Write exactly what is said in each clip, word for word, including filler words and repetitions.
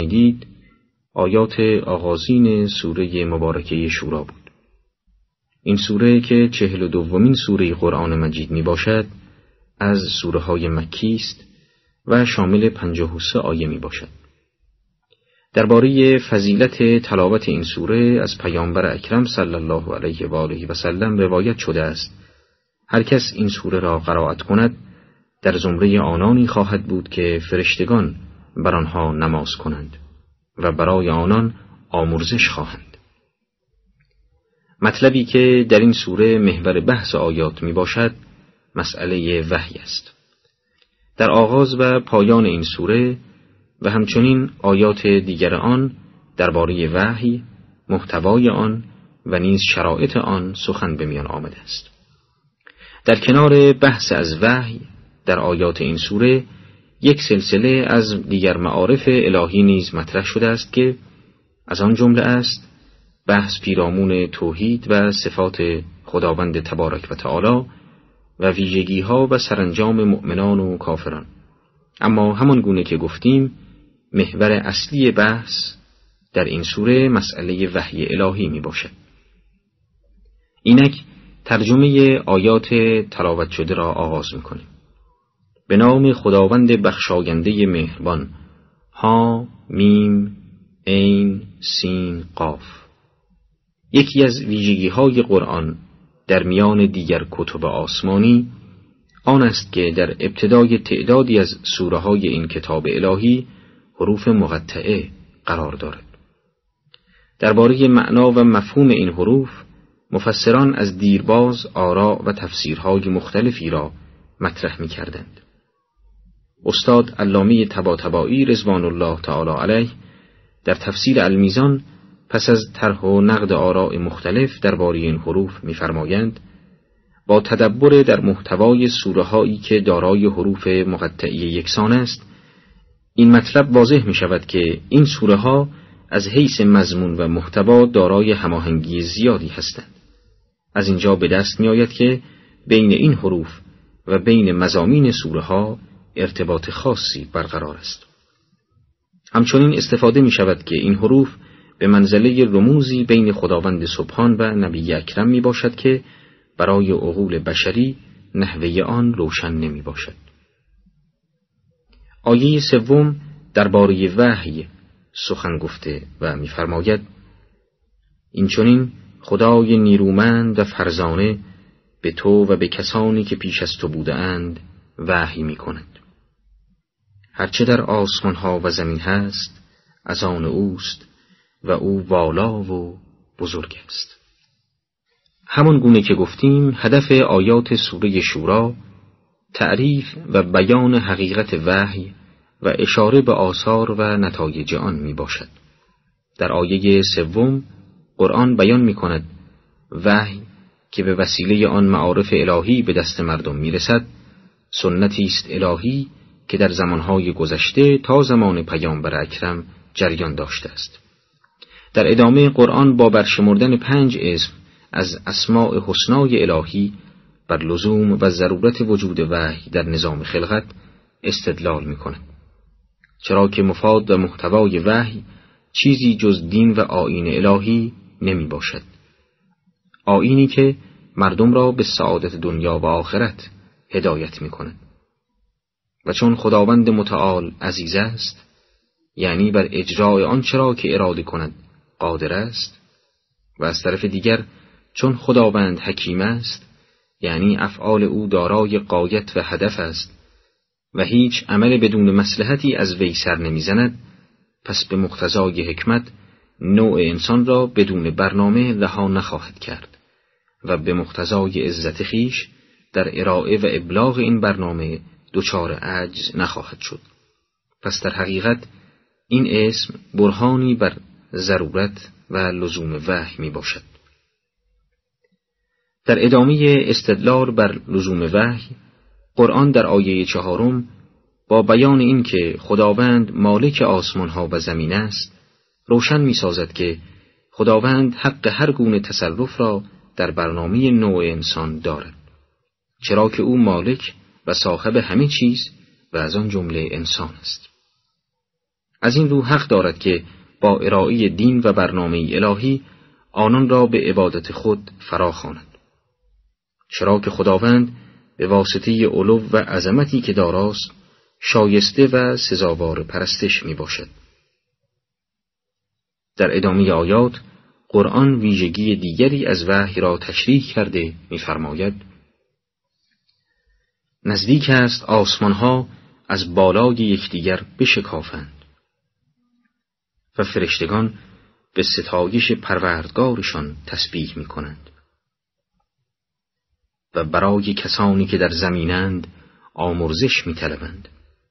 دید آیات آغازین سوره مبارکه شورا بود. این سوره که چهل و دومین سوره قرآن مجید می باشد از سوره های مکی است و شامل پنجاه و سه آیه می باشد. درباره فضیلت تلاوت این سوره از پیامبر اکرم صلی الله علیه و آله و سلم روایت شده است: هر کس این سوره را قرائت کند در زمره آنانی خواهد بود که فرشتگان بر آنها نماز کنند و برای آنان آمرزش خواهند. مطلبی که در این سوره محور بحث آیات می باشد مسئله وحی است. در آغاز و پایان این سوره و همچنین آیات دیگر آن درباره وحی، محتوای آن و نیز شرایط آن سخن به میان آمده است. در کنار بحث از وحی در آیات این سوره یک سلسله از دیگر معارف الهی نیز مطرح شده است که از آن جمله است بحث پیرامون توحید و صفات خداوند تبارک و تعالی و ویژگی‌ها و سرانجام مؤمنان و کافران. اما همان گونه که گفتیم محور اصلی بحث در این سوره مسئله وحی الهی می باشد. اینک ترجمه آیات تلاوت شده را آغاز می کنیم. به نام خداوند بخشاینده مهربان. ها میم عین سین قاف. یکی از ویژگی‌های قرآن در میان دیگر کتب آسمانی آن است که در ابتدای تعدادی از سوره‌های این کتاب الهی حروف مقطعه قرار دارد. درباره معنا و مفهوم این حروف مفسران از دیرباز آراء و تفسیرهای مختلفی را مطرح می‌کردند. استاد علامه طباطبایی رضوان الله تعالی علیه در تفسیر المیزان پس از طرح و نقد آراء مختلف درباره این حروف می‌فرمایند با تدبر در محتوای سوره‌هایی که دارای حروف مقطعه یکسان است، این مطلب واضح می شود که این سوره ها از حیث مضمون و محتوا دارای هماهنگی زیادی هستند. از اینجا به دست می آید که بین این حروف و بین مضامین سوره ها ارتباط خاصی برقرار است. همچنین استفاده می شود که این حروف به منزله رموزی بین خداوند سبحان و نبی اکرم می باشد که برای عقول بشری نحوه آن روشن نمی باشد. آیه سوم درباره وحی سخن گفته و می‌فرماید: اینچنین خدای نیرومند و فرزانه به تو و به کسانی که پیش از تو بودند وحی می‌کند. هرچه در آسمان‌ها و زمین هست از آن اوست و او والا و بزرگ است. همان گونه که گفتیم هدف آیات سوره شورا تعریف و بیان حقیقت وحی و اشاره به آثار و نتایج آن می باشد. در آیه سوم قرآن بیان می کند وحی که به وسیله آن معارف الهی به دست مردم می رسد سنتی است الهی که در زمانهای گذشته تا زمان پیامبر اکرم جریان داشته است. در ادامه قرآن با برشمردن پنج اسم از اسماء حسنای الهی بر لزوم و ضرورت وجود وحی در نظام خلقت استدلال می کند. چرا که مفاد و محتوای وحی چیزی جز دین و آیین الهی نمی باشد. آیینی که مردم را به سعادت دنیا و آخرت هدایت می کند. و چون خداوند متعال عزیز است، یعنی بر اجرای آنچه را که اراده کند قادر است، و از طرف دیگر چون خداوند حکیم است، یعنی افعال او دارای غایت و هدف است و هیچ عمل بدون مصلحتی از وی سر نمیزند، پس به مقتضای حکمت نوع انسان را بدون برنامه رها نخواهد کرد و به مقتضای عزت خیش در ارائه و ابلاغ این برنامه دچار عجز نخواهد شد. پس در حقیقت این اسم برهانی بر ضرورت و لزوم وحی می باشد. در ادامه استدلال بر لزوم وحی، قرآن در آیه چهارم با بیان این که خداوند مالک آسمانها و زمین است، روشن می سازد که خداوند حق هر گونه تصرف را در برنامه نوع انسان دارد، چرا که او مالک و صاحب همه چیز و از آن جمله انسان است. از این رو حق دارد که با ارائه دین و برنامه الهی آنان را به عبادت خود فراخواند، چرا که خداوند به واسطه علو و عظمتی که داراست شایسته و سزاوار پرستش می باشد. در ادامه آیات قرآن ویژگی دیگری از وحی را تشریح کرده می فرماید: نزدیک است آسمانها از بالای یکدیگر بشکافند و فرشتگان به ستایش پروردگارشان تسبیح می کنند و برای کسانی که در زمینند آمرزش می طلبند.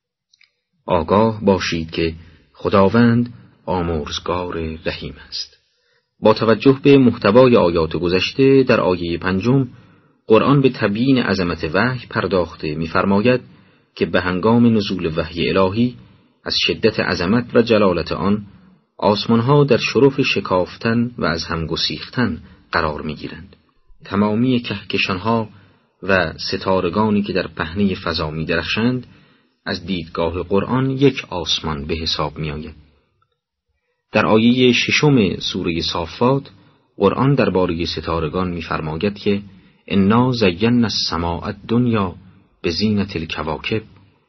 آگاه باشید که خداوند آمرزگار رحیم است. با توجه به محتوای آیات گذشته در آیه پنجم قرآن به تبیین عظمت وحی پرداخته می‌فرماید که به هنگام نزول وحی الهی از شدت عظمت و جلالت آن آسمانها در شرف شکافتن و از هم گسیختن قرار می‌گیرند. تمامی کهکشانها و ستارگانی که در پهنه فضا می‌درخشند از دیدگاه قرآن یک آسمان به حساب می‌آید. در آیه ششم سوره صافات قرآن درباره ستارگان می‌فرماید که انا زینا السماء الدنیا بزینة الکواکب.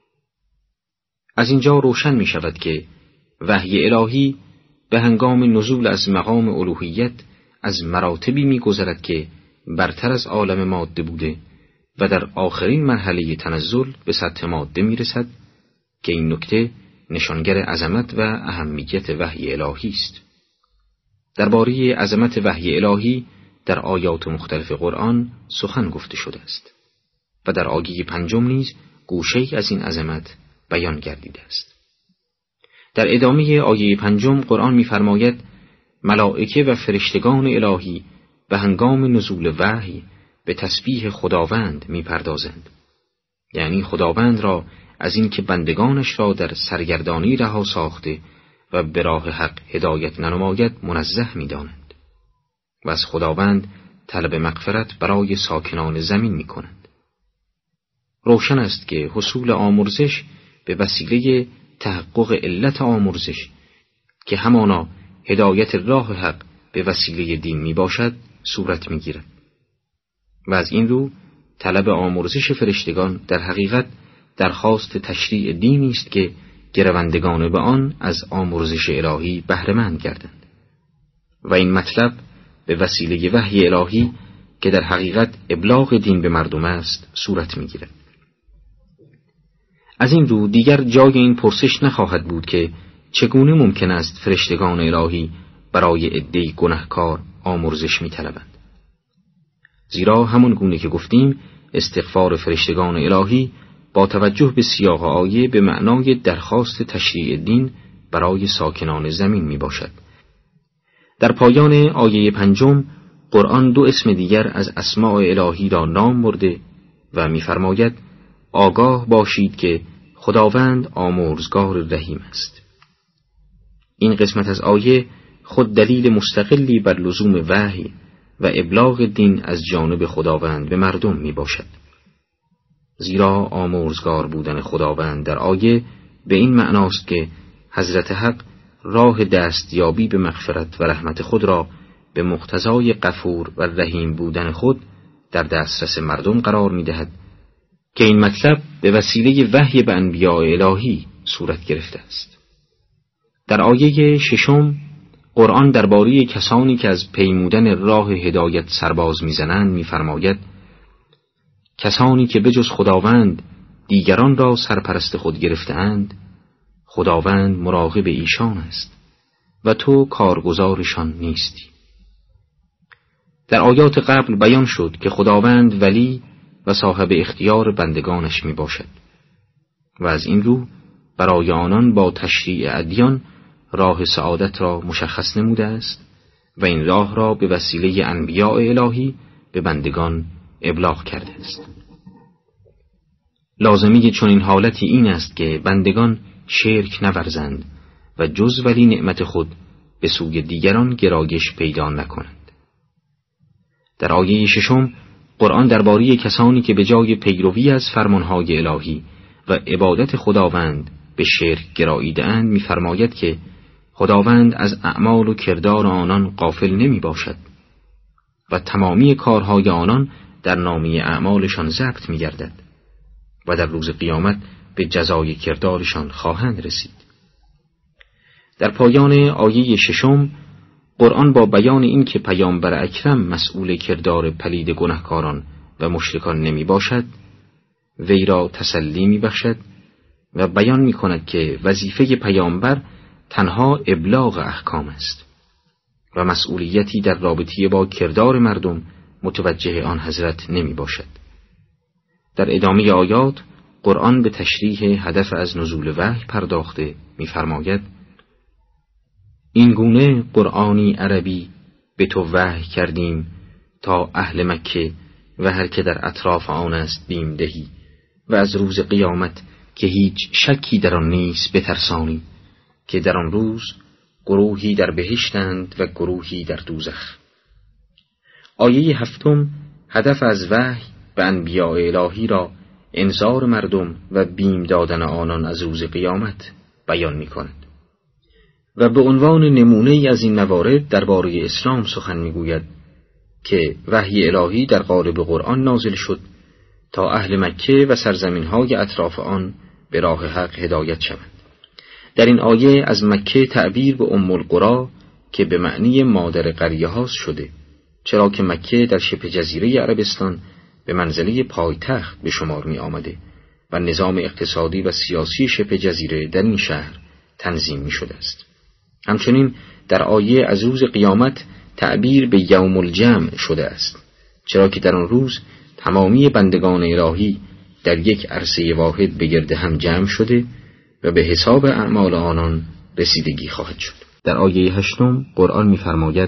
از اینجا روشن می شود که وحی الهی به هنگام نزول از مقام الوهیت از مراتبی می گذرد که برتر از عالم ماده بوده و در آخرین مرحله تنزل به سطح ماده می رسد که این نکته نشانگر عظمت و اهمیت وحی الهی است. درباره عظمت وحی الهی در آیات مختلف قرآن سخن گفته شده است و در آیه پنجم نیز گوشه‌ای از این عظمت بیان گردیده است. در ادامه آیه پنجم قرآن می‌فرماید ملائکه و فرشتگان الهی به هنگام نزول وحی به تسبیح خداوند می‌پردازند، یعنی خداوند را از این که بندگانش را در سرگردانی رها ساخته و به راه حق هدایت ننماید منزه می‌دانند و از خداوند طلب مغفرت برای ساکنان زمین می کنند. روشن است که حصول آمرزش به وسیله تحقق علت آمرزش که همانا هدایت راه حق به وسیله دین می باشد صورت می گیرد و از این رو طلب آمرزش فرشتگان در حقیقت درخواست تشریع دینی است که گروندگان به آن از آمرزش الهی بهره‌مند گردند و این مطلب به وسیله وحی الهی که در حقیقت ابلاغ دین به مردم است صورت می‌گیرد. از این رو دیگر جای این پرسش نخواهد بود که چگونه ممکن است فرشتگان الهی برای عده‌ای گنهکار آمرزش می‌طلبند. زیرا همون گونه که گفتیم استغفار فرشتگان الهی با توجه به سیاق آیه به معنای درخواست تشریع دین برای ساکنان زمین میباشد. در پایان آیه پنجم قرآن دو اسم دیگر از اسماء الهی را نام برده و می‌فرماید آگاه باشید که خداوند آمرزگار رحیم است. این قسمت از آیه خود دلیل مستقلی بر لزوم وحی و ابلاغ دین از جانب خداوند به مردم میباشد. زیرا آمرزگار بودن خداوند در آیه به این معناست که حضرت حق راه دستیابی به مغفرت و رحمت خود را به مقتضای غفور و رحیم بودن خود در دسترس مردم قرار می‌دهد که این مطلب به وسیله وحی به انبیاء الهی صورت گرفته است. در آیه ششم قرآن درباره کسانی که از پیمودن راه هدایت سرباز می‌زنند می‌فرماید کسانی که بجز خداوند دیگران را سرپرست خود گرفته‌اند خداوند مراقب ایشان است و تو کارگزارشان نیستی. در آیات قبل بیان شد که خداوند ولی و صاحب اختیار بندگانش می باشد و از این رو برای آنان با تشریع ادیان راه سعادت را مشخص نموده است و این راه را به وسیله انبیاء الهی به بندگان ابلاغ کرده است. لازمی چنین حالتی این است که بندگان شرک نورزند و جز ولی نعمت خود به سوی دیگران گرایش پیدا نکنند. در آیه ششم قرآن درباره کسانی که به جای پیروی از فرمانهای الهی و عبادت خداوند به به شرک گراییده‌اند می‌فرماید که خداوند از اعمال و کردار آنان غافل نمی باشد و تمامی کارهای آنان در نامه اعمالشان ضبط می گردد و در روز قیامت به جزای کردارشان خواهند رسید. در پایان آیه ششم قرآن با بیان این که پیامبر اکرم مسئول کردار پلید گناهکاران و مشرکان نمی باشد وی را تسلی می بخشد و بیان می کند که وظیفه پیامبر تنها ابلاغ احکام است و مسئولیتی در رابطه با کردار مردم متوجه آن حضرت نمی باشد. در ادامه آیات قرآن به تشریح هدف از نزول وحی پرداخته می فرماید این گونه قرآنی عربی به تو وحی کردیم تا اهل مکه و هر که در اطراف آن است بیم دهی و از روز قیامت که هیچ شکی در آن نیست بترسانی که در آن روز گروهی در بهشتند و گروهی در دوزخ. آیه هفتم هدف از وحی به انبیاء الهی را انذار مردم و بیم دادن آنان از روز قیامت بیان می کند و به عنوان نمونه ای از این موارد درباره اسلام سخن می گوید که وحی الهی در قالب قرآن نازل شد تا اهل مکه و سرزمین‌های اطراف آن به راه حق هدایت شوند. در این آیه از مکه تعبیر به ام القری که به معنی مادر قریه هاست شده، چرا که مکه در شبه جزیره عربستان به منزله پایتخت به شمار می آمده و نظام اقتصادی و سیاسی شبه جزیره در این شهر تنظیم می شده است. همچنین در آیه از روز قیامت تعبیر به یوم الجمع شده است، چرا که در آن روز تمامی بندگان الهی در یک عرصه واحد به گرد هم جمع شده و به حساب اعمال آنان رسیدگی خواهد شد. در آیه هشتم قرآن می‌فرماید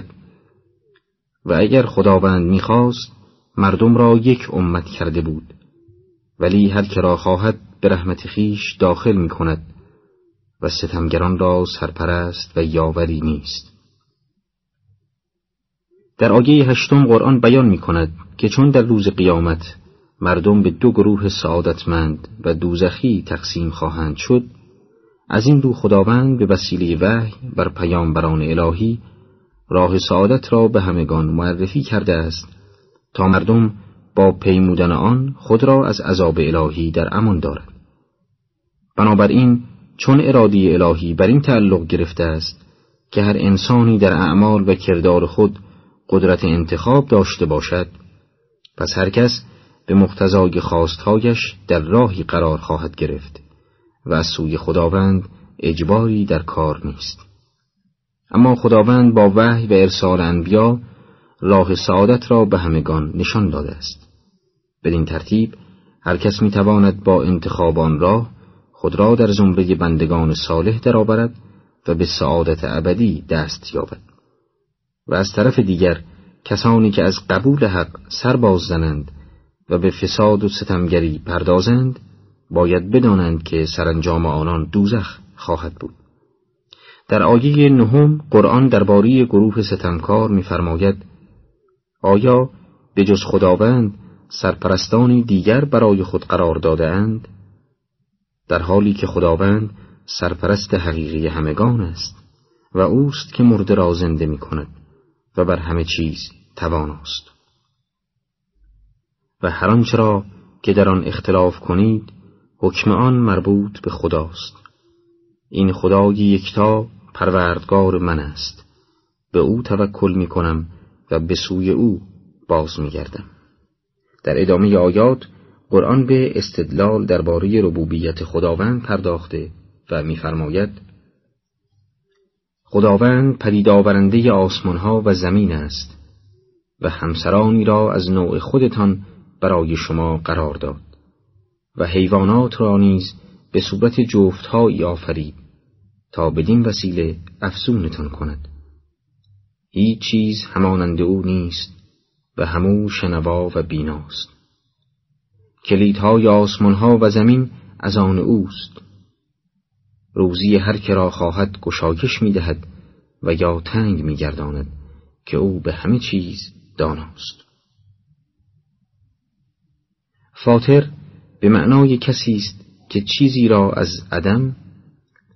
و اگر خداوند می‌خواست مردم را یک امت کرده بود، ولی هر که را خواهد به رحمت خیش داخل می‌کند و ستمگران را سرپرست و یاوری نیست. در آیه هشتم قرآن بیان می‌کند که چون در روز قیامت مردم به دو گروه سعادتمند و دوزخی تقسیم خواهند شد، از این رو خداوند به وسیله وحی بر پیامبران الهی راه سعادت را به همگان معرفی کرده است تا مردم با پیمودن آن خود را از عذاب الهی در امان دارد. بنابراین چون اراده الهی بر این تعلق گرفته است که هر انسانی در اعمال و کردار خود قدرت انتخاب داشته باشد، پس هر کس به مقتضای خواستهایش در راهی قرار خواهد گرفت و از سوی خداوند اجباری در کار نیست. اما خداوند با وحی و ارسال انبیا راه سعادت را به همگان نشان داده است. بدین ترتیب هر کس میتواند با انتخاب آن راه خود را در زمره بندگان صالح درآورد و به سعادت ابدی دست یابد. و از طرف دیگر کسانی که از قبول حق سر باز زنند و به فساد و ستمگری پردازند باید بدانند که سرانجام آنان دوزخ خواهد بود. در آیه نهم قرآن درباره گروه ستمکار می‌فرماید آیا به جز خداوند سرپرستانی دیگر برای خود قرار داده اند؟ در حالی که خداوند سرپرست حقیقی همگان است و اوست که مرده را زنده می‌کند و بر همه چیز تواناست. و هر آنچه را که در آن اختلاف کنید حکم آن مربوط به خداست. این خدای یکتا پروردگار من است، به او توکل می کنم و به سوی او باز می گردم. در ادامه آیات قرآن به استدلال درباره ربوبیت خداوند پرداخته و می فرماید خداوند پدید آورنده آسمان ها و زمین است و همسرانی را از نوع خودتان برای شما قرار داد و حیوانات را نیز به صورت جفت‌هایی آفرید تا بدین وسیله افزونتان کند. هیچ چیز همانند او نیست و همو شنوا و بیناست. کلیدهای آسمان‌ها و زمین از آن اوست. روزی هر که را خواهد گشایش می‌دهد و یا تنگ می‌گرداند که او به همه چیز داناست. فاطر به معنای کسی است که چیزی را از عدم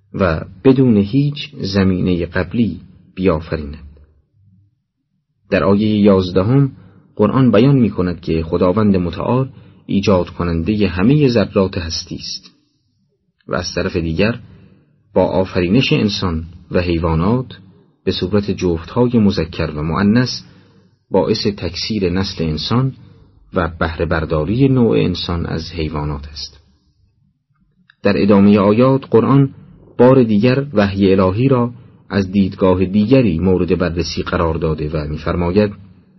و بدون هیچ زمینه قبلی بیافریند. در آیه یازدهم قرآن بیان می کند که خداوند متعال ایجاد کننده همه ذرات هستی است و از طرف دیگر با آفرینش انسان و حیوانات به صورت جفت‌های مذکر و مؤنث باعث تکثیر نسل انسان و بهره برداری نوع انسان از حیوانات است. در ادامه آیات قرآن بار دیگر وحی الهی را از دیدگاه دیگری مورد بررسی قرار داده و می‌فرماید: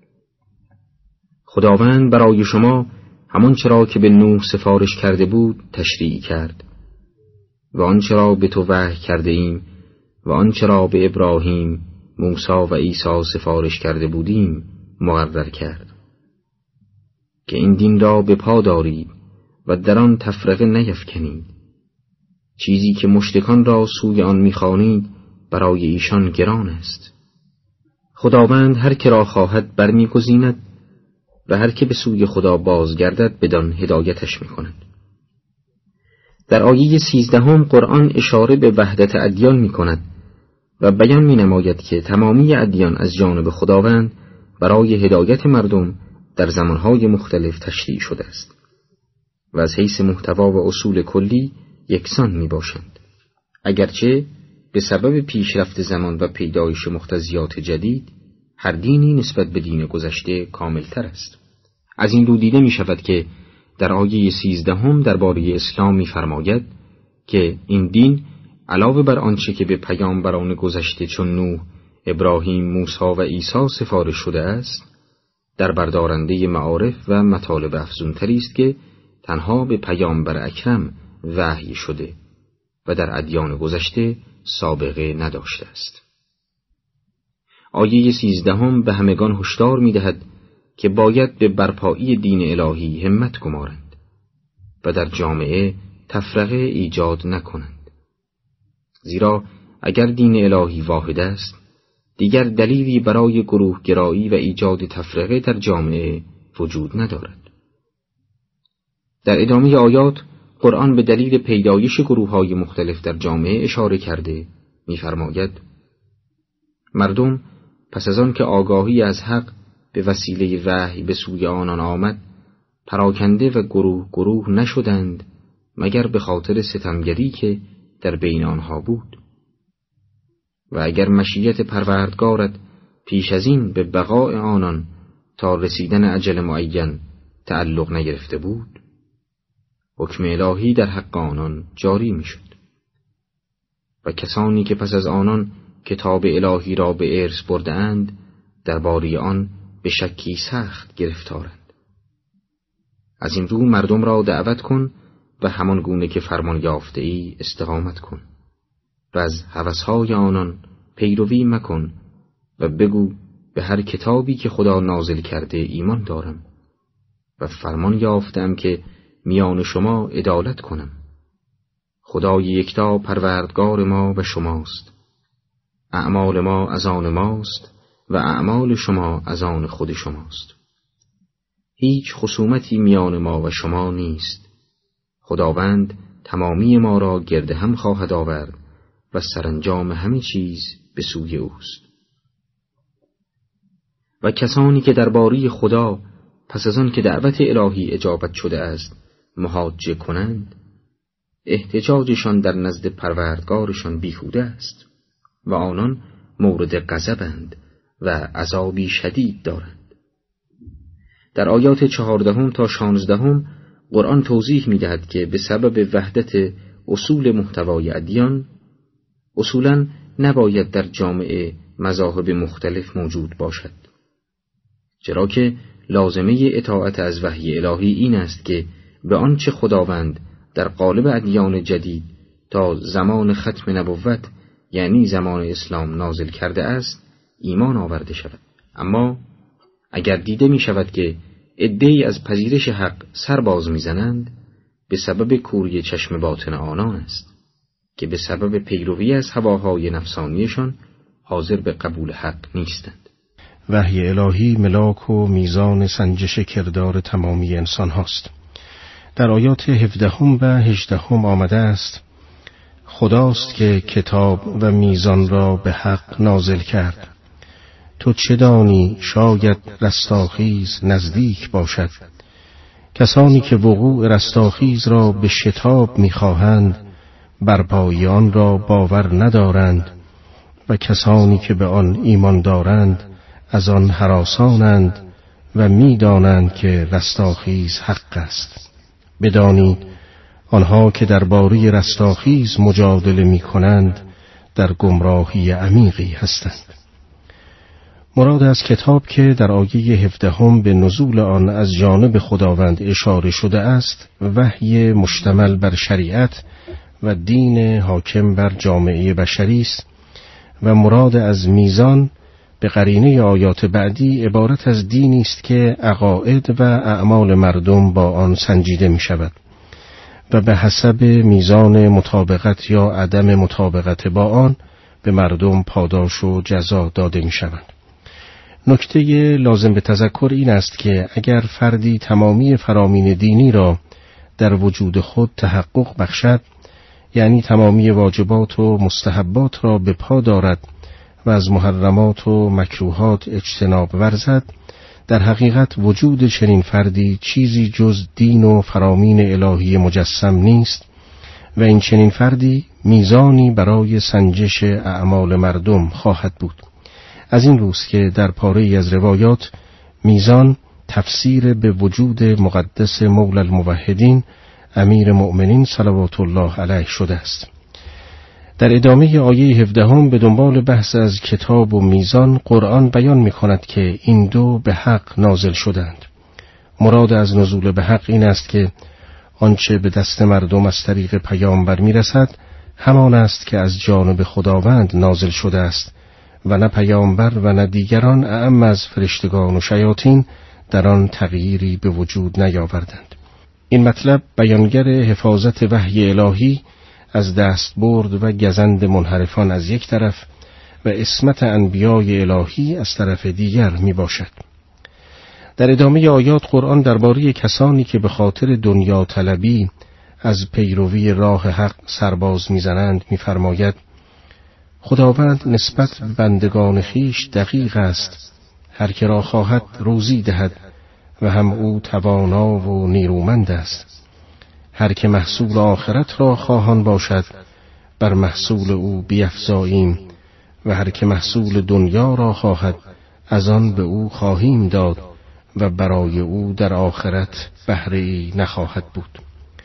خداوند برای شما همان چرا که به نوح سفارش کرده بود تشریع کرد و آن چرا به تو وحی کرده ایم و آن چرا به ابراهیم، موسی و عیسی سفارش کرده بودیم مقرر کرد که این دین را به پا دارید و در آن تفرقه نیفکنید. چیزی که مشرکان را سوی آن می‌خوانید برای ایشان گران است. خداوند هر که را خواهد برمی‌گزیند و هر که به سوی خدا بازگردد بدان هدایتش می‌کند. در آیه سیزدهم قرآن اشاره به وحدت ادیان می‌کند و بیان می‌نماید که تمامی ادیان از جانب خداوند برای هدایت مردم در زمانهای مختلف تشریع شده است و از حیث محتوا و اصول کلی یکسان میباشند، اگرچه به سبب پیشرفت زمان و پیدایش مقتضیات جدید هر دینی نسبت به دین گذشته کاملتر است. از این رو دیده می شود که در آیه سیزدهم درباره اسلام می‌فرماید که این دین علاوه بر آنچه که به پیامبران گذشته چون نوح، ابراهیم، موسی و عیسی سفارش شده است، در بردارنده معارف و مطالب افزونتری است که تنها به پیامبر اکرم وحی شده و در ادیان گذشته سابقه نداشته است. آیه سیزدهم به همگان هشدار می‌دهد که باید به برپایی دین الهی همت گمارند و در جامعه تفرقه ایجاد نکنند، زیرا اگر دین الهی واحد است دیگر دلیلی برای گروه گرایی و ایجاد تفرقه در جامعه وجود ندارد. در ادامه آیات قرآن به دلیل پیدایش گروه‌های مختلف در جامعه اشاره کرده می‌فرماید: مردم پس از آن که آگاهی از حق به وسیله وحی به سوی آنان آمد پراکنده و گروه گروه نشدند مگر به خاطر ستمگری که در بین آنها بود. و اگر مشیت پروردگارت پیش از این به بقاء آنان تا رسیدن اجل معین تعلق نگرفته بود، حکم الهی در حق آنان جاری می شد و کسانی که پس از آنان کتاب الهی را به ارث برده اند درباره آن به شکی سخت گرفتارند. از این رو مردم را دعوت کن و همان گونه که فرمان یافته ای استقامت کن و از هوسهای آنان پیروی مکن و بگو به هر کتابی که خدا نازل کرده ایمان دارم و فرمان یافتم که میان شما عدالت کنم. خدای یکتا پروردگار ما و شماست، اعمال ما از آن ماست و اعمال شما از آن خود شماست. هیچ خصومتی میان ما و شما نیست. خداوند تمامی ما را گرد هم خواهد آورد و سرانجام همه چیز به سوی اوست. و کسانی که درباره خدا پس از آن که دعوت الهی اجابت شده است محاجه کنند، احتجاجشان در نزد پروردگارشان بیهوده است و آنان مورد غضبند و عذابی شدید دارند. در آیات چهاردهم تا شانزدهم قرآن توضیح می‌دهد که به سبب وحدت اصول محتوای ادیان اصولاً نباید در جامعه مذاهب مختلف موجود باشد، چرا که لازمه اطاعت از وحی الهی این است که به آنچه خداوند در قالب ادیان جدید تا زمان ختم نبوت یعنی زمان اسلام نازل کرده است ایمان آورده شود. اما اگر دیده می شود که عده‌ای از پذیرش حق سر باز می زنند، به سبب کوری چشم باطن آنان است که به سبب پیروی از هواهای نفسانیشان حاضر به قبول حق نیستند. وحی الهی ملاک و میزان سنجش کردار تمامی انسان هاست. در آیات هفدهم و هجدهم آمده است: خداست که کتاب و میزان را به حق نازل کرد. تو چه دانی شاید رستاخیز نزدیک باشد. کسانی که وقوع رستاخیز را به شتاب می‌خواهند برپایی آن را باور ندارند و کسانی که به آن ایمان دارند از آن هراسانند و می‌دانند که رستاخیز حق است. بدانید آنها که درباره رستاخیز مجادله می‌کنند در گمراهی عمیقی هستند. مراد از کتاب که در آیه هفدهم به نزول آن از جانب خداوند اشاره شده است، وحی مشتمل بر شریعت و دین حاکم بر جامعه بشری است و مراد از میزان به قرینه آیات بعدی عبارت از دینی است که عقاید و اعمال مردم با آن سنجیده می شود و به حسب میزان مطابقت یا عدم مطابقت با آن به مردم پاداش و جزا داده می شود. نکته لازم به تذکر این است که اگر فردی تمامی فرامین دینی را در وجود خود تحقق بخشد، یعنی تمامی واجبات و مستحبات را به پا دارد و از محرمات و مکروهات اجتناب ورزد، در حقیقت وجود چنین فردی چیزی جز دین و فرامین الهی مجسم نیست و این چنین فردی میزانی برای سنجش اعمال مردم خواهد بود. از این روست که در پاره‌ای از روایات میزان تفسیر به وجود مقدس مولا الموحدین امیر مؤمنین صلوات الله علیه شده است. در ادامه آیه هفدهم به دنبال بحث از کتاب و میزان، قرآن بیان می کند که این دو به حق نازل شدند. مراد از نزول به حق این است که آنچه به دست مردم از طریق پیامبر می رسد همان است که از جانب خداوند نازل شده است و نه پیامبر و نه دیگران اعم از فرشتگان و شیاطین در آن تغییری به وجود نیاوردند. این مطلب بیانگر حفاظت وحی الهی از دستبرد و گزند منحرفان از یک طرف و عصمت انبیای الهی از طرف دیگر می باشد. در ادامه آیات قرآن درباره کسانی که به خاطر دنیا طلبی از پیروی راه حق سرباز میزنند می‌فرماید: خداوند نسبت به بندگان خیش دقیق است، هر که را خواهد روزی دهد و هم او توانا و نیرومند است. هر که محصول آخرت را خواهان باشد بر محصول او بیفزاییم و هر که محصول دنیا را خواهد از آن به او خواهیم داد و برای او در آخرت بهره‌ای نخواهد بود.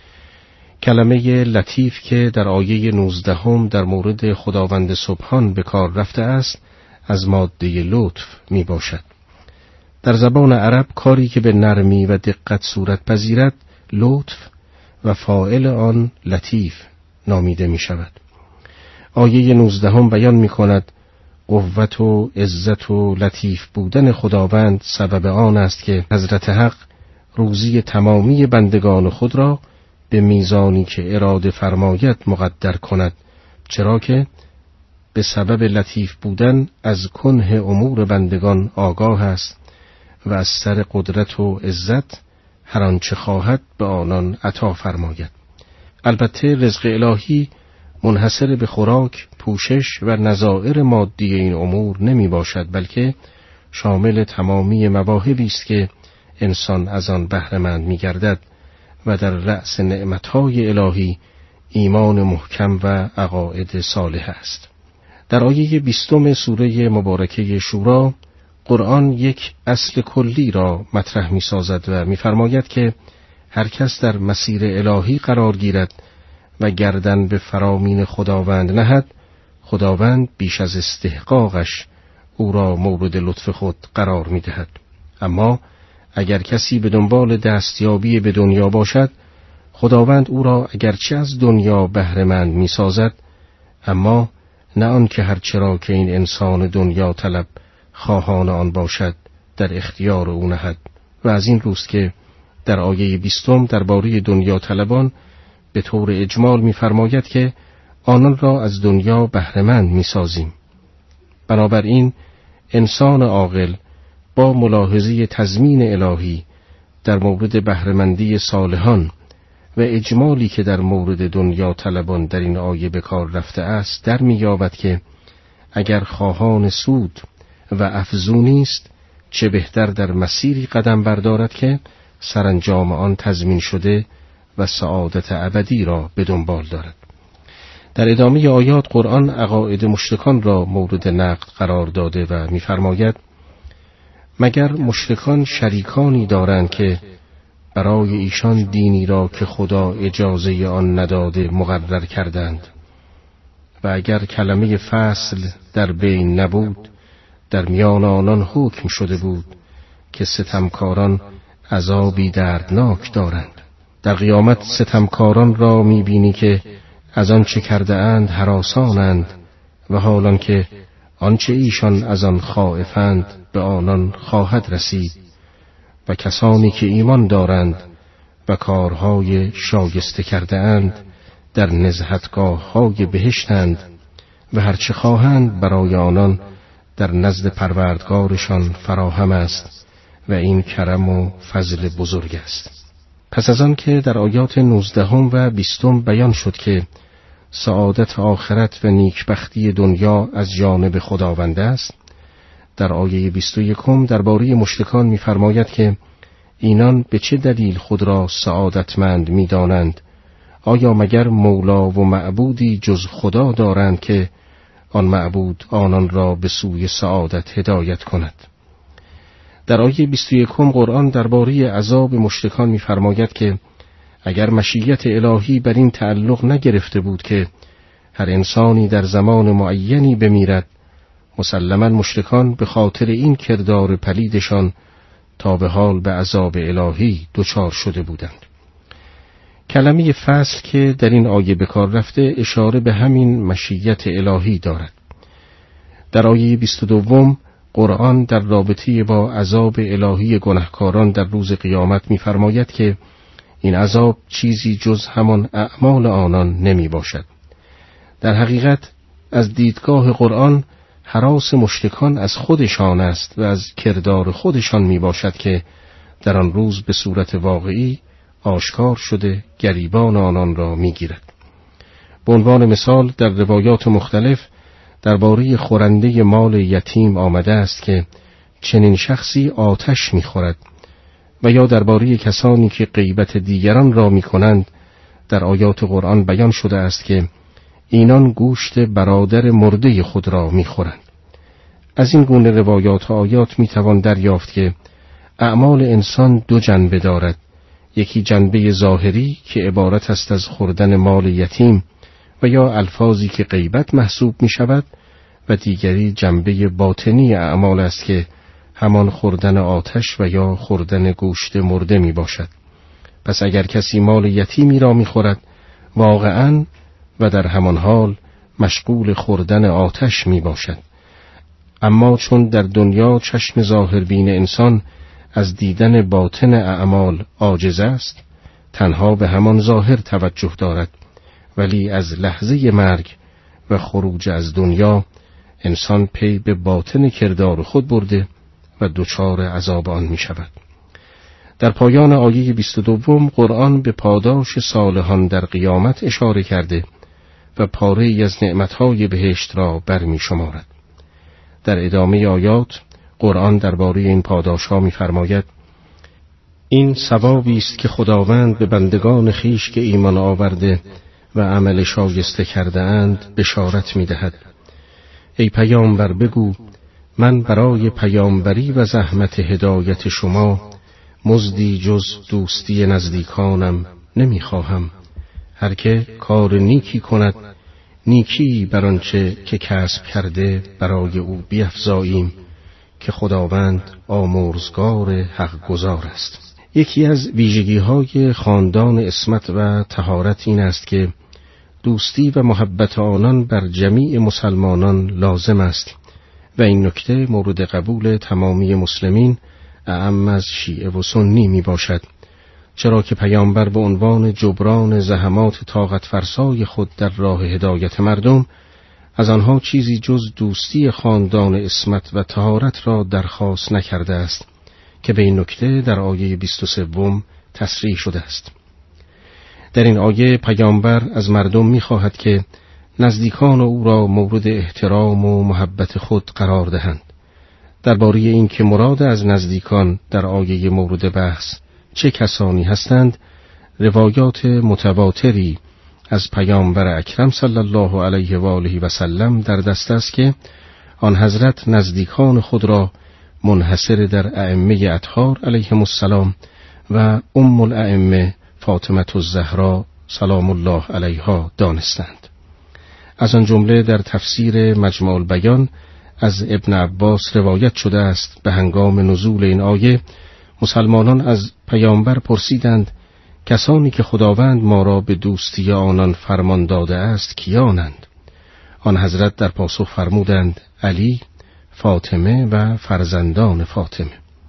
کلمه لطیف که در آیه نوزدهم در مورد خداوند سبحان به کار رفته است از ماده لطف می باشد. در زبان عرب کاری که به نرمی و دقت صورت پذیرد لطف و فاعل آن لطیف نامیده می شود. آیه نوزدهم بیان می کند قوت و عزت و لطیف بودن خداوند سبب آن است که حضرت حق روزی تمامی بندگان خود را به میزانی که اراده فرماید مقدر کند، چرا که به سبب لطیف بودن از کنه امور بندگان آگاه است و از سر قدرت و عزت هر آنچه خواهد به آنان عطا فرماید. البته رزق الهی منحصر به خوراک، پوشش و نظائر مادی این امور نمی باشد، بلکه شامل تمامی مواهبی است که انسان از آن بهره مند می گردد و در رأس نعمتهای الهی ایمان محکم و عقاید صالح است. در آیه بیستم سوره مبارکه شورا قرآن یک اصل کلی را مطرح می سازد و می فرماید که هر کس در مسیر الهی قرار گیرد و گردن به فرامین خداوند نهد، خداوند بیش از استحقاقش او را مورد لطف خود قرار می دهد. اما اگر کسی به دنبال دستیابی به دنیا باشد، خداوند او را اگرچه از دنیا بهره مند می سازد، اما نه آن که هرچرا که این انسان دنیا طلب خواهان آن باشد در اختیار او نهد. و از این روست که در آیه بیستم درباره دنیا طلبان به طور اجمال می فرماید که آنان را از دنیا بهره مند می سازیم. بنابراین انسان عاقل با ملاحظه تضمین الهی در مورد بهره‌مندی صالحان و اجمالی که در مورد دنیا طلبان در این آیه به کار رفته است در می‌یابد که اگر خواهان سود و افزونی است، چه بهتر در مسیری قدم بردارد که سرانجام آن تضمین شده و سعادت ابدی را به دنبال دارد. در ادامه آیات قرآن عقاید مشرکان را مورد نقد قرار داده و می‌فرماید مگر مشرکان شریکانی دارند که برای ایشان دینی را که خدا اجازه آن نداده مقرر کردند و اگر کلمه فصل در بین نبود در میان آنان حکم شده بود که ستمکاران عذابی دردناک دارند. در قیامت ستمکاران را می‌بینی که از آنچه کرده اند هراسانند و حالان که آنچه ایشان از آن خائفند به آنان خواهد رسید و کسانی که ایمان دارند و کارهای شایسته کرده اند در نزهتگاه های بهشتند و هرچه خواهند برای آنان در نزد پروردگارشان فراهم است و این کرم و فضل بزرگ است. پس از آن که در آیات نوزدهم و بیستم بیان شد که سعادت آخرت و نیکبختی دنیا از جانب خداوند است، در آیه بیست و یکم درباره مشرکان می‌فرماید که اینان به چه دلیل خود را سعادتمند می‌دانند؟ آیا مگر مولا و معبودی جز خدا دارند که آن معبود آنان را به سوی سعادت هدایت کند؟ در آیه بیست و یکم قرآن درباره عذاب مشرکان می‌فرماید که اگر مشیت الهی بر این تعلق نگرفته بود که هر انسانی در زمان معینی بمیرد، مسلماً مشرکان به خاطر این کردار پلیدشان تا به حال به عذاب الهی دچار شده بودند. کلمه فصل که در این آیه به کار رفته اشاره به همین مشیت الهی دارد. در آیه بیست و دو قرآن در رابطه با عذاب الهی گناهکاران در روز قیامت می‌فرماید که این عذاب چیزی جز همان اعمال آنان نمی باشد. در حقیقت از دیدگاه قرآن هراس مشرکان از خودشان است و از کردار خودشان می باشد که در آن روز به صورت واقعی آشکار شده گریبان آنان را می گیرد. به عنوان مثال در روایات مختلف درباره خورنده مال یتیم آمده است که چنین شخصی آتش می خورد و یا درباره کسانی که غیبت دیگران را می کنند در آیات قرآن بیان شده است که اینان گوشت برادر مرده خود را می خورند. از این گونه روایات و آیات می توان دریافت که اعمال انسان دو جنبه دارد، یکی جنبه ظاهری که عبارت است از خوردن مال یتیم و یا الفاظی که غیبت محسوب می شود و دیگری جنبه باطنی اعمال است که همان خوردن آتش و یا خوردن گوشت مرده می باشد. پس اگر کسی مال یتیمی را می خورد واقعاً و در همان حال مشغول خوردن آتش می باشد. اما چون در دنیا چشم ظاهربین انسان از دیدن باطن اعمال عاجز است، تنها به همان ظاهر توجه دارد، ولی از لحظه مرگ و خروج از دنیا انسان پی به باطن کردار خود برده و دچار عذاب آن می شود. در پایان آیه بیست و دو قرآن به پاداش صالحان در قیامت اشاره کرده و پاره‌ای از نعمتهای بهشت را برمی شمارد. در ادامه آیات قرآن درباره این پاداش‌ها می‌فرماید: این ثوابی است که خداوند به بندگان خیش که ایمان آورده و عمل شایسته کرده اند بشارت می‌دهد. ای پیامبر بگو من برای پیامبری و زحمت هدایت شما مزدی جز دوستی نزدیکانم نمی‌خواهم. هر که کار نیکی کند نیکی بر آنچه که کسب کرده برای او بیفزاییم که خداوند آمرزگار حق گزار است. یکی از ویژگی‌های خاندان عصمت و طهارت این است که دوستی و محبت آنان بر جمیع مسلمانان لازم است و این نکته مورد قبول تمامی مسلمین اعم از شیعه و سنی می باشد، چرا که پیامبر به عنوان جبران زحمات طاقت فرسای خود در راه هدایت مردم از آنها چیزی جز دوستی خاندان عصمت و طهارت را درخواست نکرده است که به این نکته در آیه بیست و سه تصریح شده است. در این آیه پیامبر از مردم می‌خواهد که نزدیکان او را مورد احترام و محبت خود قرار دهند. درباره این که مراد از نزدیکان در آیه مورد بحث چه کسانی هستند، روایات متواتری از پیامبر اکرم صلی الله علیه و آله و سلم در دست است که آن حضرت نزدیکان خود را منحصر در ائمه اطهار علیهم السلام و ام الائمه فاطمه الزهرا سلام الله علیها دانستند. از آن جمله در تفسیر مجمع البیان از ابن عباس روایت شده است به هنگام نزول این آیه مسلمانان از پیامبر پرسیدند کسانی که خداوند ما را به دوستی آنان فرمان داده است کیانند؟ آن حضرت در پاسخ فرمودند علی، فاطمه و فرزندان فاطمه.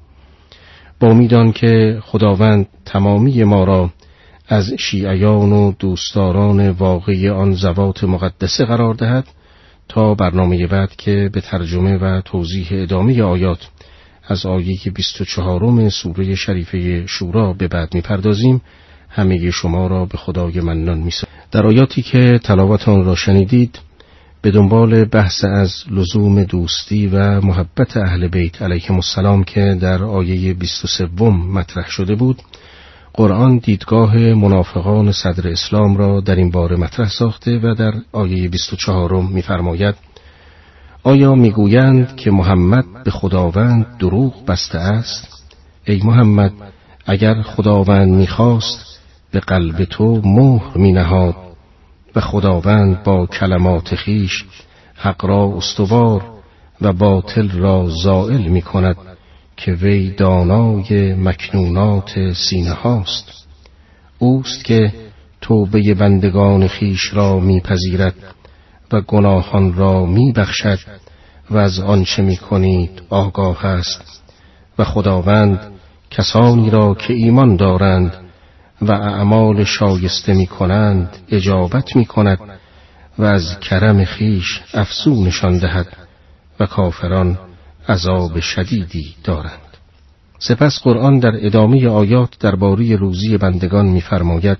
با امید که خداوند تمامی ما را از شیعیان و دوستداران واقعی آن ذوات مقدسه قرار دهد، تا برنامه بعد که به ترجمه و توضیح ادامه آیات از آیه بیست و چهارم سوره شریفه شورا به بعد می‌پردازیم، همه شما را به خدای منان می‌سپارم. در آیاتی که تلاوت آن را شنیدید به دنبال بحث از لزوم دوستی و محبت اهل بیت علیهم السلام که در آیه بیست و سه مطرح شده بود، قرآن دیدگاه منافقان صدر اسلام را در این باره مطرح ساخته و در آیه بیست و چهار می‌فرماید آیا می‌گویند که محمد به خداوند دروغ بسته است؟ ای محمد، اگر خداوند می‌خواست به قلب تو مهر می‌نهاد و خداوند با کلمات خیش حق را استوار و باطل را زائل می‌کند که وی دانای مکنونات سینه هاست. اوست که توبه بندگان خیش را میپذیرد و گناهان را میبخشد و از آنچه میکنید آگاه است و خداوند کسانی را که ایمان دارند و اعمال شایسته میکنند اجابت میکند و از کرم خیش افزونشان دهد و کافران عذاب شدیدی دارند. سپس قرآن در ادامه آیات درباره روزی بندگان می‌فرماید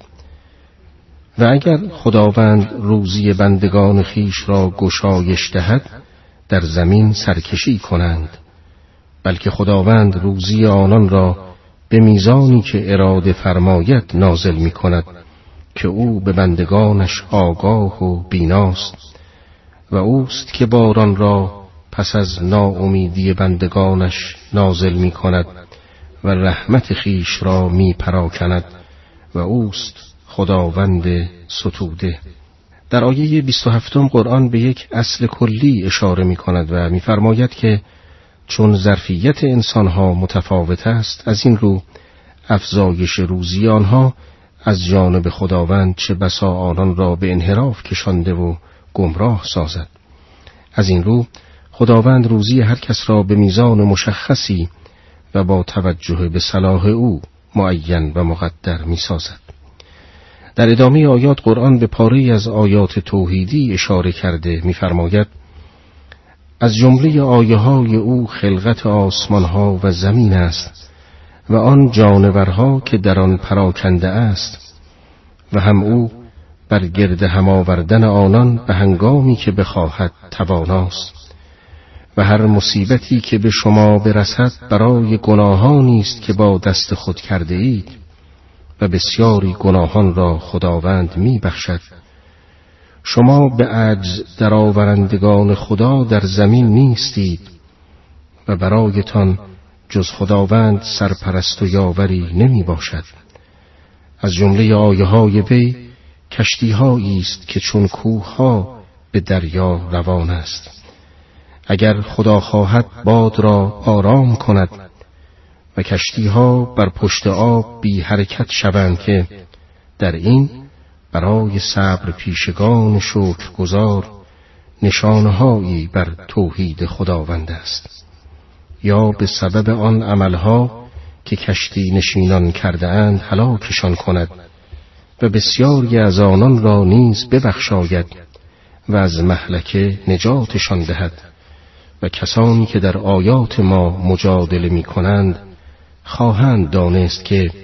و اگر خداوند روزی بندگان خیش را گشایش دهد در زمین سرکشی کنند، بلکه خداوند روزی آنان را به میزانی که اراده فرماید نازل می‌کند که او به بندگانش آگاه و بیناست و اوست که باران را پس از ناامیدی بندگانش نازل می کند و رحمت خیش را می پراکند و اوست خداوند ستوده. در آیه بیست و هفت قرآن به یک اصل کلی اشاره می کند و می فرماید که چون ظرفیت انسانها متفاوت است، از این رو افزایش روزی آنها از جانب خداوند چه بسا آنان را به انحراف کشانده و گمراه سازد. از این رو خداوند روزی هر کس را به میزان مشخصی و با توجه به صلاح او معین و مقدر می سازد. در ادامه آیات قرآن به پاره از آیات توحیدی اشاره کرده می فرماید از جمله آیه های او خلقت آسمان ها و زمین است و آن جانورها که در آن پراکنده است و هم او بر گرد هم آوردن آنان به هنگامی که بخواهد تواناست و هر مصیبتی که به شما برسد برای گناهانی است که با دست خود کرده اید و بسیاری گناهان را خداوند می بخشد. شما به عجز درآورندگان خدا در زمین نیستید و برایتان جز خداوند سرپرست و یاوری نمی باشد. از جمله آیه های وی کشتی هایی است که چون کوه ها به دریا روان است. اگر خدا خواهد باد را آرام کند و کشتی ها بر پشت آب بی حرکت شوند که در این برای صبر پیشگان شکرگزار نشانهایی بر توحید خداوند است، یا به سبب آن عملها که کشتی نشینان کرده اند هلاکشان کند و بسیاری از آنان را نیز ببخشاید و از مهلکه نجاتشان دهد و کسانی که در آیات ما مجادله می کنند خواهند دانست که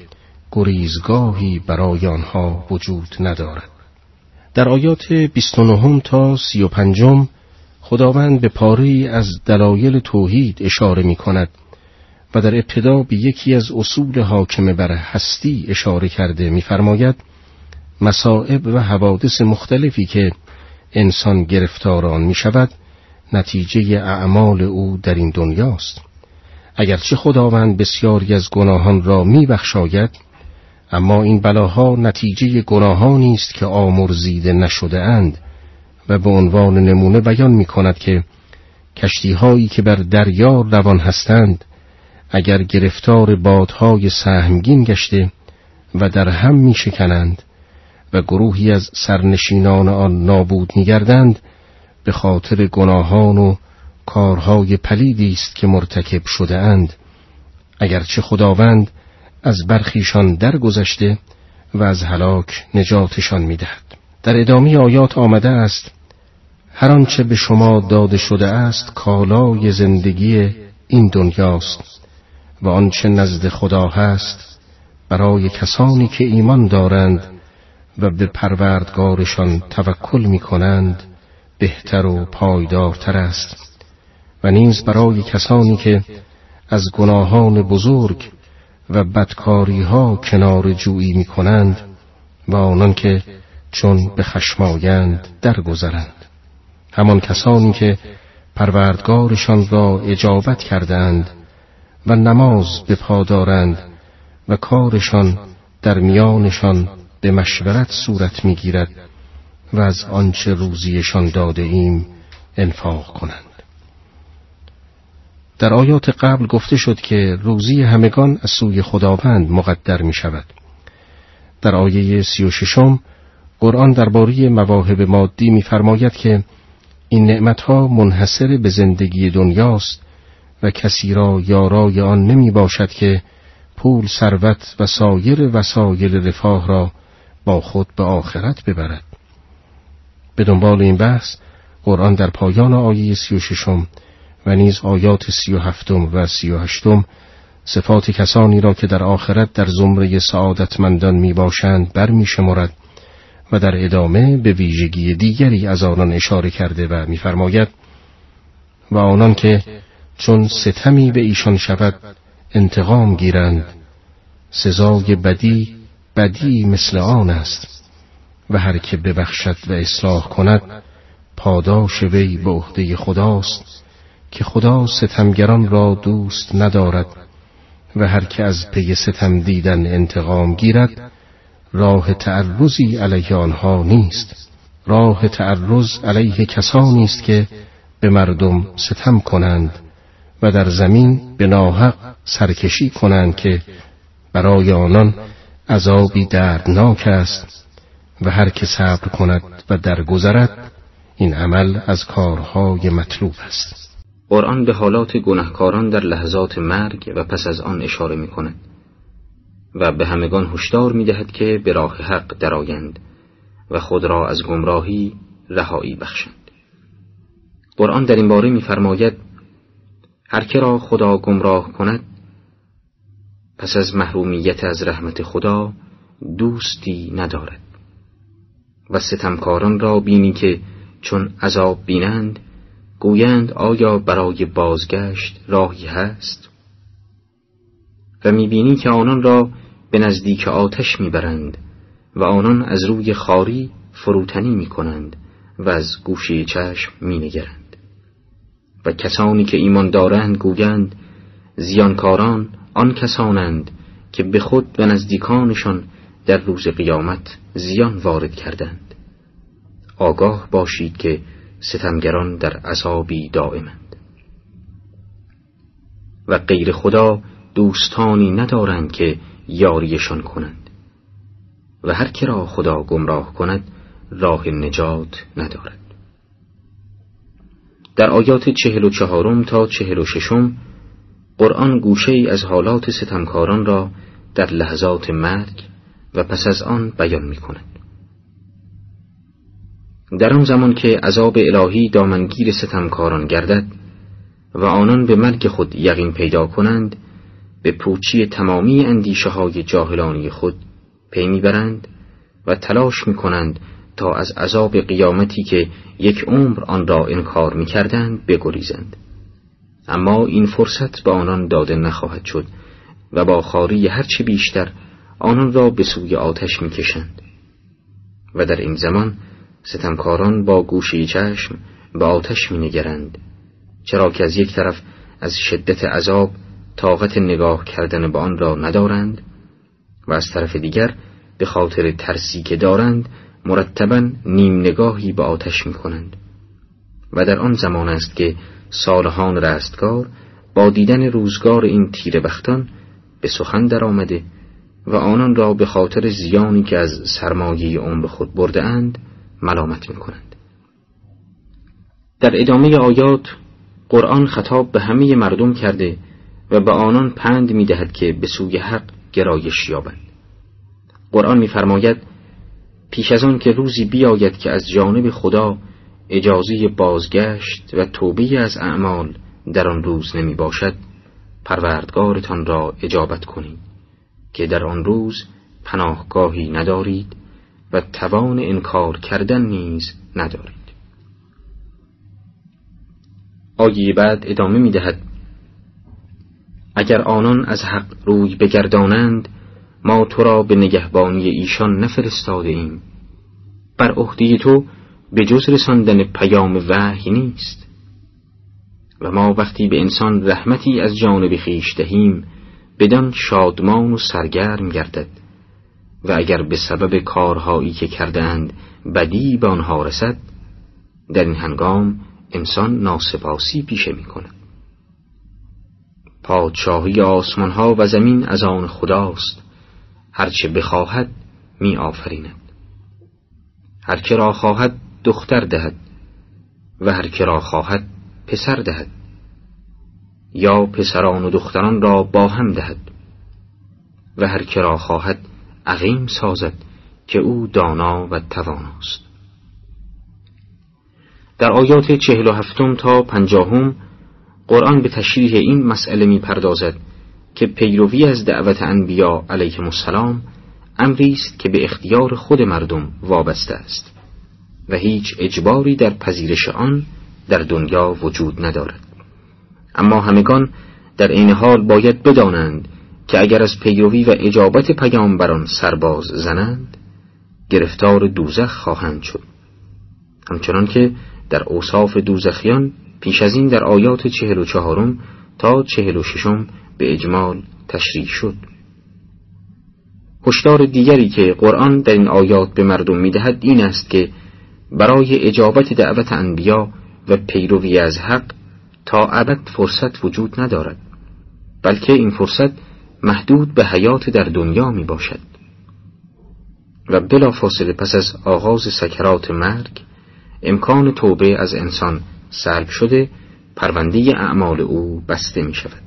گریزگاهی برای آنها وجود ندارد. در آیات بیست و نه تا سی و پنج خداوند به پاره‌ای از دلایل توحید اشاره می کند و در ابتدا به یکی از اصول حاکم بر هستی اشاره کرده می فرماید مصائب و حوادث مختلفی که انسان گرفتار آن می شود نتیجه اعمال او در این دنیاست. اگرچه خداوند بسیاری از گناهان را می بخشاید، اما این بلاها نتیجه گناهانی است که آمرزیده نشده اند و به عنوان نمونه بیان می کند که کشتی هایی که بر دریا روان هستند اگر گرفتار بادهای سهمگین گشته و در هم می شکنند و گروهی از سرنشینان آن نابود می گردند به خاطر گناهان و کارهای پلیدی است که مرتکب شده اند، اگرچه خداوند از برخیشان درگذشته و از هلاک نجاتشان می دهد. در ادامه آیات آمده است هر آنچه به شما داده شده است کالای زندگی این دنیاست و آنچه نزد خدا هست برای کسانی که ایمان دارند و به پروردگارشان توکل می کنند بهتر و پایدارتر است و نیز برای کسانی که از گناهان بزرگ و بدکاری ها کنار جویی می کنند و آنان که چون به خشم آیند درگذرند، همان کسانی که پروردگارشان را اجابت کردند و نماز به پا دارند و کارشان در میانشان به مشورت صورت می گیرد و از آنچه روزیشان داده ایم انفاق کنند. در آیات قبل گفته شد که روزی همگان از سوی خداوند مقدر می شود. در آیه سی و ششم قرآن درباره مواهب مادی می فرماید که این نعمتها منحصر به زندگی دنیاست و کسی را یارای آن نمی باشد که پول، ثروت و سایر وسایل رفاه را با خود به آخرت ببرد. به دنبال این بحث قرآن در پایان آیه سی و ششم و نیز آیات سی و هفتم و سی و هشتم صفات کسانی را که در آخرت در زمره سعادتمندان می باشند بر می شمارد و در ادامه به ویژگی دیگری از آنان اشاره کرده و می فرماید و آنان که چون ستمی به ایشان شود انتقام گیرند، سزای بدی بدی مثل آن است و هر که ببخشد و اصلاح کند پاداش وی به عهده خداست که خدا ستمگران را دوست ندارد و هر که از پی ستم دیدن انتقام گیرد راه تعرضی علیه آنها نیست. راه تعرض علیه کسانی است که به مردم ستم کنند و در زمین به ناحق سرکشی کنند که برای آنان عذابی دردناک است و هر که صبر کند و درگذرد این عمل از کارهای مطلوب است. قرآن به حالات گناهکاران در لحظات مرگ و پس از آن اشاره می کند و به همگان هشدار می دهد که به راه حق درآیند و خود را از گمراهی رهایی بخشند. قرآن در این باره می فرماید هر که را خدا گمراه کند پس از محرومیت از رحمت خدا دوستی ندارد و ستمکاران را بینی که چون عذاب بینند گویند آیا برای بازگشت راهی هست؟ و میبینی که آنان را به نزدیک آتش میبرند و آنان از روی خاری فروتنی میکنند و از گوشه چشم مینگرند و کسانی که ایمان دارند گویند زیانکاران آن کسانند که به خود و نزدیکانشان در روز قیامت زیان وارد کردند. آگاه باشید که ستمگران در عذابی دائمند و غیر خدا دوستانی ندارند که یاریشان کنند و هر که را خدا گمراه کند راه نجات ندارد. در آیات چهل و چهارم تا چهل و ششم قرآن گوشه ای از حالات ستمکاران را در لحظات مرگ و پس از آن بیان می کند. در آن زمان که عذاب الهی دامنگیر ستمکاران گردد و آنان به مرگ خود یقین پیدا کنند به پوچی تمامی اندیشه های جاهلانی خود پی میبرند و تلاش میکنند تا از عذاب قیامتی که یک عمر آن را انکار میکردند بگریزند. اما این فرصت به آنان داده نخواهد شد و با خواری هرچه بیشتر آنان را به سوی آتش میکشند. و در این زمان ستمکاران با گوشه چشم به آتش مینگرند، چرا که از یک طرف از شدت عذاب طاقت نگاه کردن به آن را ندارند و از طرف دیگر به خاطر ترسی که دارند مرتباً نیم نگاهی به آتش می کنند. و در آن زمان است که صالحان رستگار با دیدن روزگار این تیره بختان به سخن در آمده و آنان را به خاطر زیانی که از سرمایه عمر خود برده اند ملامت می کنند. در ادامه آیات قرآن خطاب به همه مردم کرده و به آنان پند می دهد که به سوی حق گرایش یابند. قرآن می فرماید پیش از آن که روزی بیاید که از جانب خدا اجازه بازگشت و توبه از اعمال در آن روز نمی باشد، پروردگارتان را اجابت کنید که در آن روز پناهگاهی ندارید و توان انکار کردن نیز ندارید. آیه بعد ادامه می دهد اگر آنان از حق روی بگردانند ما تو را به نگهبانی ایشان نفرستاده ایم. بر عهده تو به جز رساندن پیام وحی نیست و ما وقتی به انسان رحمتی از جانب خویش دهیم بدان شادمان و سرگرم گردد و اگر به سبب کارهایی که کردند بدی به آنها رسد در این هنگام انسان ناسپاسی پیشه می کند. پادشاهی آسمانها و زمین از آن خداست، هرچه بخواهد می آفریند. هر که را خواهد دختر دهد و هر که را خواهد پسر دهد یا پسران و دختران را با هم دهد و هر که را خواهد عقیم سازد که او دانا و تواناست. در آیات چهل و هفتم تا پنجاهم قرآن به تشریح این مسئله می پردازد که پیروی از دعوت انبیا علیهم السلام امری است که به اختیار خود مردم وابسته است و هیچ اجباری در پذیرش آن در دنیا وجود ندارد. اما همگان در این حال باید بدانند که اگر از پیروی و اجابت پیامبران سرباز زنند گرفتار دوزخ خواهند شد، همچنان که در اوصاف دوزخیان پیش از این در آیات چهل و چهارم تا چهل و ششم به اجمال تشریح شد. هشدار دیگری که قرآن در این آیات به مردم می‌دهد این است که برای اجابت دعوت انبیا و پیروی از حق تا ابد فرصت وجود ندارد، بلکه این فرصت محدود به حیات در دنیا می باشد و بلافاصله پس از آغاز سکرات مرگ امکان توبه از انسان سلب شده، پرونده اعمال او بسته می شود.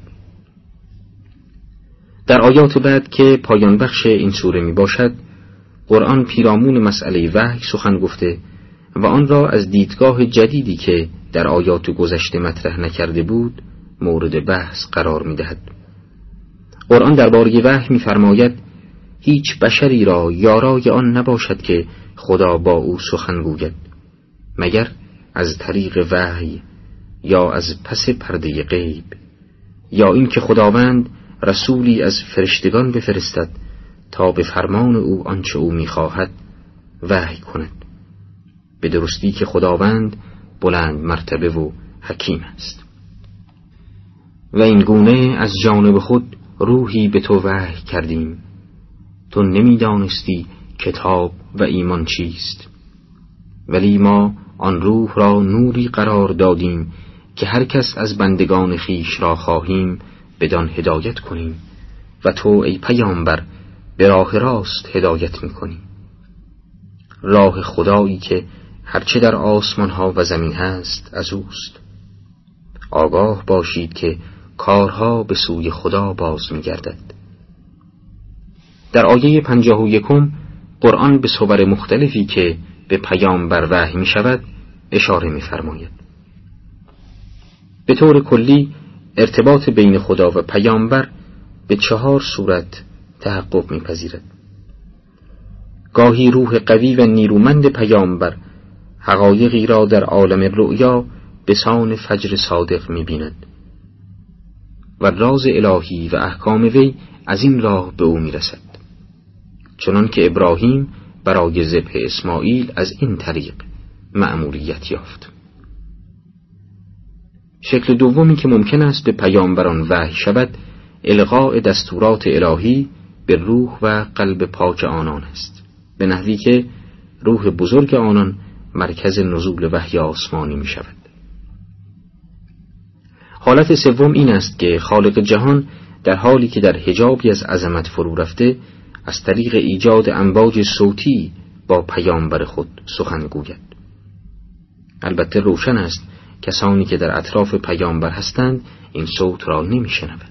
در آیات بعد که پایان بخش این سوره می باشد قرآن پیرامون مسئله وحی سخن گفته و آن را از دیدگاه جدیدی که در آیات گذشته مطرح نکرده بود مورد بحث قرار می دهد. قرآن درباره وحی می فرماید هیچ بشری را یارای آن نباشد که خدا با او سخن گوید مگر از طریق وحی یا از پس پرده غیب، یا این که خداوند رسولی از فرشتگان بفرستد تا به فرمان او آنچه او می‌خواهد وحی کند، به درستی که خداوند بلند مرتبه و حکیم است. و این گونه از جانب خود روحی به تو وحی کردیم، تو نمی‌دانستی کتاب و ایمان چیست، ولی ما آن روح را نوری قرار دادیم که هر کس از بندگان خیش را خواهیم بدان هدایت کنیم و تو ای پیامبر به راه راست هدایت می‌کنی، راه خدایی که هرچه در آسمان ها و زمین هست از اوست. آگاه باشید که کارها به سوی خدا باز می‌گردد. در آیه پنجاه و یکم قرآن به صور مختلفی که به پیامبر وحی می شود اشاره می فرماید. به طور کلی ارتباط بین خدا و پیامبر به چهار صورت تحقق می‌پذیرد. گاهی روح قوی و نیرومند پیامبر حقایقی را در عالم رؤیا به سان فجر صادق می‌بیند و راز الهی و احکام وی از این راه به او می‌رسد، چنان که ابراهیم برای ذبح اسماعیل از این طریق مأموریت یافت. شکل دومی که ممکن است به پیامبران وحی شود، القاء دستورات الهی به روح و قلب پاک آنان است، به نحوی که روح بزرگ آنان مرکز نزول وحی آسمانی می شود. حالت سوم این است که خالق جهان در حالی که در حجابی از عظمت فرو رفته، از طریق ایجاد امواج صوتی با پیامبر خود سخن گوید. البته روشن است کسانی که در اطراف پیامبر هستند این صوت را نمی شنوند.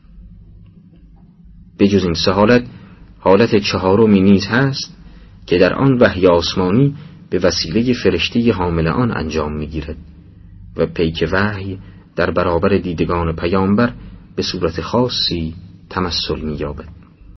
به جز این سه حالت، حالت چهارمی نیز هست که در آن وحی آسمانی به وسیله فرشته حامل آن انجام می گیرد و پیک وحی در برابر دیدگان پیامبر به صورت خاصی تمثل می یابد.